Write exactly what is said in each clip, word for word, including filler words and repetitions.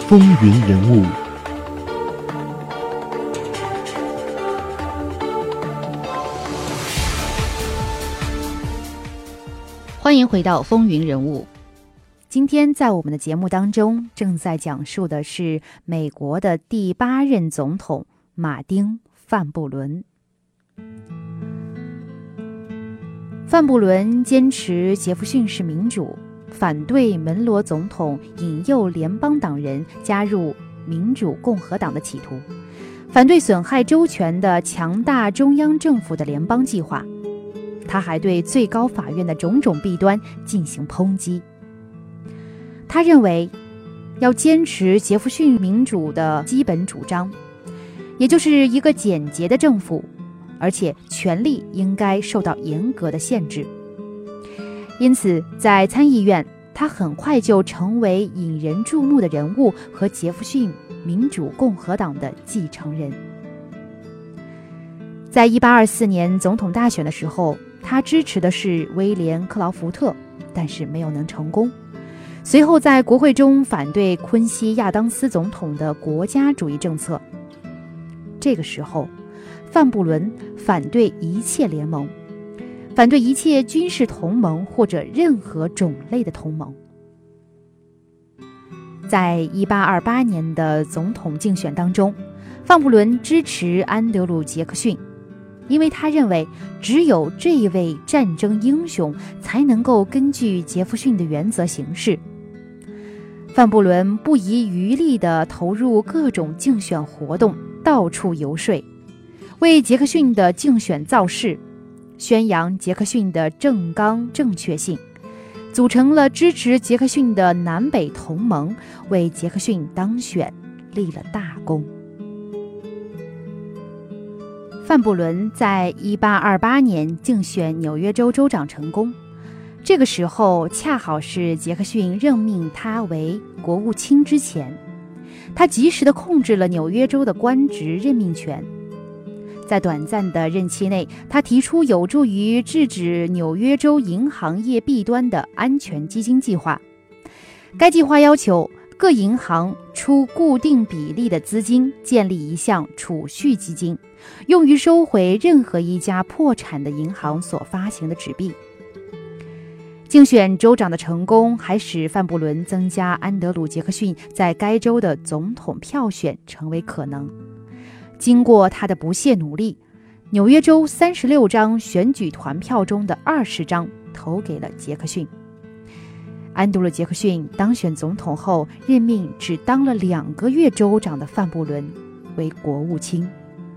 风云人物。 欢迎回到风云人物。今天在我们的节目当中，正在讲述的是美国的第八任总统马丁·范布伦。范布伦坚持杰弗逊式民主，反对门罗总统引诱联邦党人加入民主共和党的企图，反对损害州权的强大中央政府的联邦计划。他还对最高法院的种种弊端进行抨击。他认为要坚持杰弗逊民主的基本主张，也就是一个简洁的政府，而且权力应该受到严格的限制。因此在参议院，他很快就成为引人注目的人物和杰弗逊民主共和党的继承人。在一八二四年总统大选的时候，他支持的是威廉·克劳福特，但是没有能成功。随后在国会中反对昆西亚当斯总统的国家主义政策。这个时候，范布伦反对一切联盟，反对一切军事同盟或者任何种类的同盟。在一八二八年的总统竞选当中，范布伦支持安德鲁·杰克逊，因为他认为只有这一位战争英雄才能够根据杰弗逊的原则行事。范布伦不遗余力地投入各种竞选活动，到处游说，为杰克逊的竞选造势，宣扬杰克逊的正纲正确性，组成了支持杰克逊的南北同盟，为杰克逊当选立了大功。范布伦在一八二八年竞选纽约州州长成功，这个时候恰好是杰克逊任命他为国务卿之前，他及时地控制了纽约州的官职任命权。在短暂的任期内，他提出有助于制止纽约州银行业弊端的安全基金计划。该计划要求各银行出固定比例的资金，建立一项储蓄基金，用于收回任何一家破产的银行所发行的纸币。竞选州长的成功还使范布伦增加安德鲁·杰克逊在该州的总统票选成为可能。经过他的不懈努力，纽约州三十六张选举团票中的二十张投给了杰克逊。安德鲁·杰克逊当选总统后，任命只当了两个月州长的范布伦为国务卿。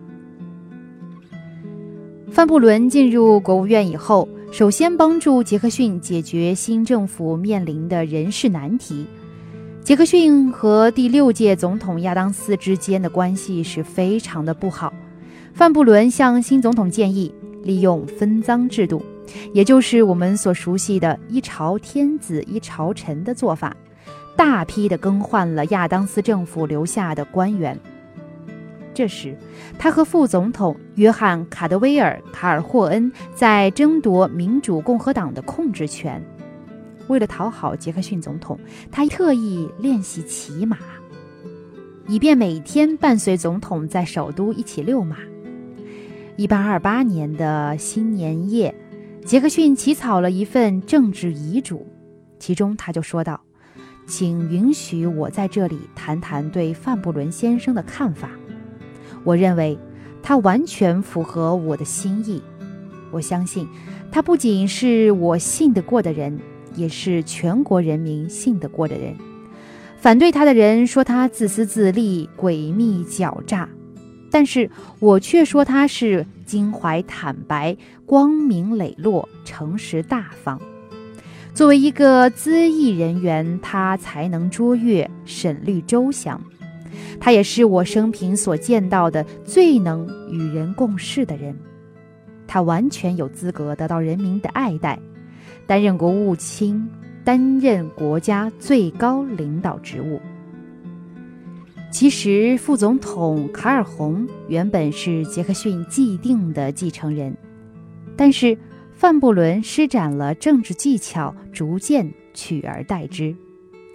范布伦进入国务院以后，首先帮助杰克逊解决新政府面临的人事难题。杰克逊和第六届总统亚当斯之间的关系是非常的不好。范布伦向新总统建议利用分赃制度，也就是我们所熟悉的一朝天子一朝臣的做法，大批地更换了亚当斯政府留下的官员。这时他和副总统约翰·卡德威尔·卡尔霍恩在争夺民主共和党的控制权。为了讨好杰克逊总统，他特意练习骑马，以便每天伴随总统在首都一起遛马。一八二八年的新年夜，杰克逊起草了一份政治遗嘱，其中他就说道：请允许我在这里谈谈对范布伦先生的看法。我认为他完全符合我的心意。我相信他不仅是我信得过的人，也是全国人民信得过的人。反对他的人说他自私自利、诡秘狡诈，但是我却说他是襟怀坦白、光明磊落、诚实大方。作为一个咨议人员，他才能卓越、审虑周详。他也是我生平所见到的最能与人共事的人。他完全有资格得到人民的爱戴，担任国务卿，担任国家最高领导职务。其实副总统卡尔洪原本是杰克逊既定的继承人，但是范布伦施展了政治技巧，逐渐取而代之。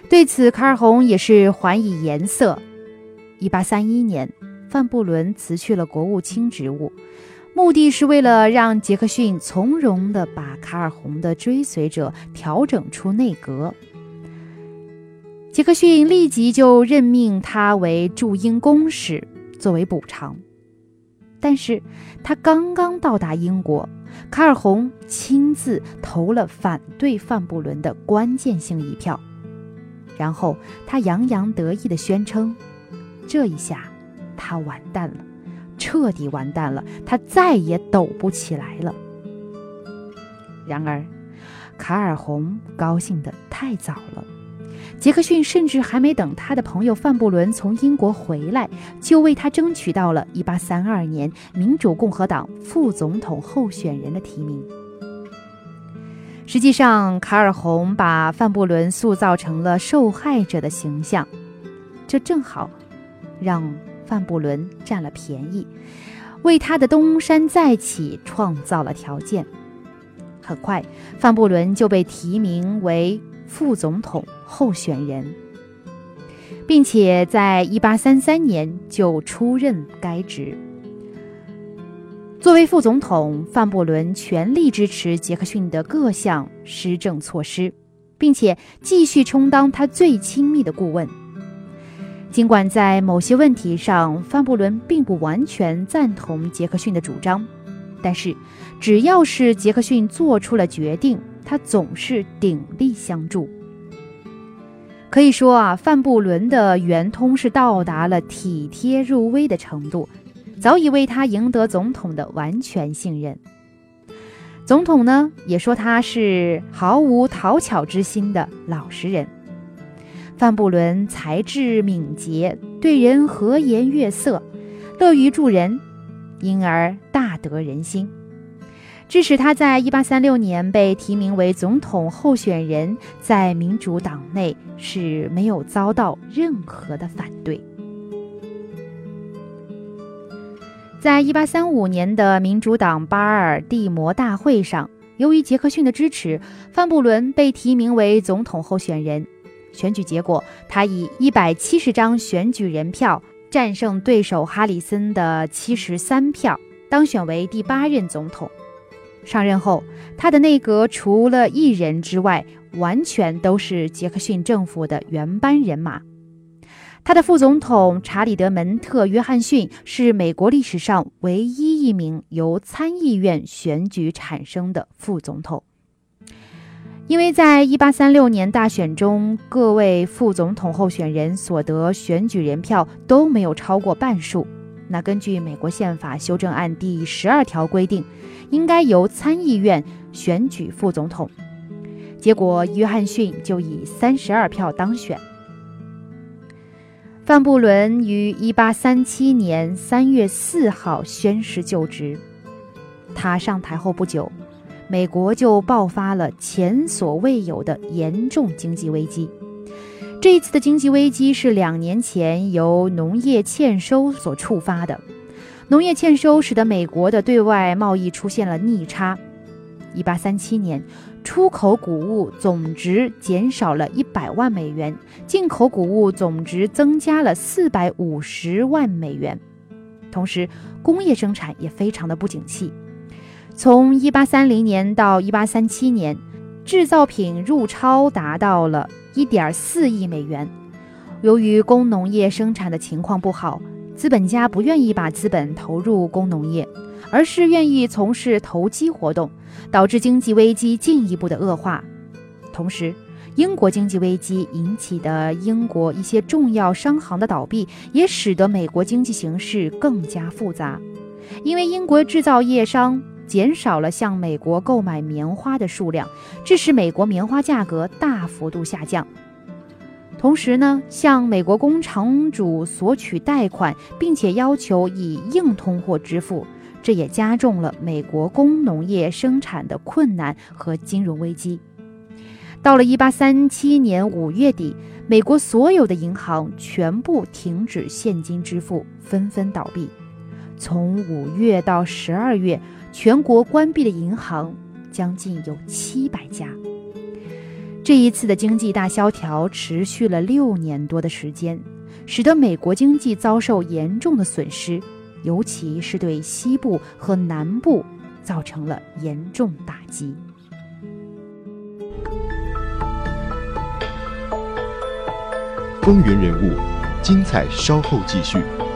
对此，卡尔洪也是还以颜色。一八三一年，范布伦辞去了国务卿职务，目的是为了让杰克逊从容地把卡尔洪的追随者调整出内阁。杰克逊立即就任命他为驻英公使，作为补偿。但是他刚刚到达英国，卡尔洪亲自投了反对范布伦的关键性一票，然后他洋洋得意地宣称，这一下他完蛋了，彻底完蛋了，他再也抖不起来了。然而卡尔洪高兴得太早了，杰克逊甚至还没等他的朋友范布伦从英国回来，就为他争取到了一八三二年民主共和党副总统候选人的提名。实际上，卡尔洪把范布伦塑造成了受害者的形象，这正好让范布伦占了便宜，为他的东山再起创造了条件。很快，范布伦就被提名为副总统候选人，并且在一八三三年就出任该职。作为副总统，范布伦全力支持杰克逊的各项施政措施，并且继续充当他最亲密的顾问。尽管在某些问题上，范布伦并不完全赞同杰克逊的主张，但是只要是杰克逊做出了决定，他总是鼎力相助。可以说啊，范布伦的圆通是到达了体贴入微的程度，早已为他赢得总统的完全信任。总统呢，也说他是毫无讨巧之心的老实人。范布伦才智敏捷，对人和颜悦色，乐于助人，因而大得人心，致使他在一八三六年被提名为总统候选人，在民主党内是没有遭到任何的反对。在一八三五年的民主党巴尔的摩大会上，由于杰克逊的支持，范布伦被提名为总统候选人。选举结果，他以一百七十张选举人票战胜对手哈里森的七十三票，当选为第八任总统。上任后，他的内阁除了一人之外，完全都是杰克逊政府的原班人马。他的副总统查理德门特约翰逊是美国历史上唯一一名由参议院选举产生的副总统。因为在一八三六年大选中，各位副总统候选人所得选举人票都没有超过半数，那根据美国宪法修正案第十二条规定，应该由参议院选举副总统。结果约翰逊就以三十二票当选。范布伦于一八三七年三月四号宣誓就职。他上台后不久，美国就爆发了前所未有的严重经济危机。这一次的经济危机是两年前由农业欠收所触发的。农业欠收使得美国的对外贸易出现了逆差。一八三七年，出口谷物总值减少了一百万美元，进口谷物总值增加了四百五十万美元。同时，工业生产也非常的不景气。从一八三零年到一八三七年，制造品入超达到了 一点四亿美元。由于工农业生产的情况不好，资本家不愿意把资本投入工农业，而是愿意从事投机活动，导致经济危机进一步的恶化。同时，英国经济危机引起的英国一些重要商行的倒闭，也使得美国经济形势更加复杂。因为英国制造业商减少了向美国购买棉花的数量，致使美国棉花价格大幅度下降。同时呢，向美国工厂主索取贷款，并且要求以硬通货支付，这也加重了美国工农业生产的困难和金融危机。到了一八三七年五月底，美国所有的银行全部停止现金支付，纷纷倒闭。从五月到十二月，全国关闭的银行将近有七百家。 这一次的经济大萧条持续了六年多的时间，使得美国经济遭受严重的损失，尤其是对西部和南部造成了严重打击。 风云人物，精彩稍后继续。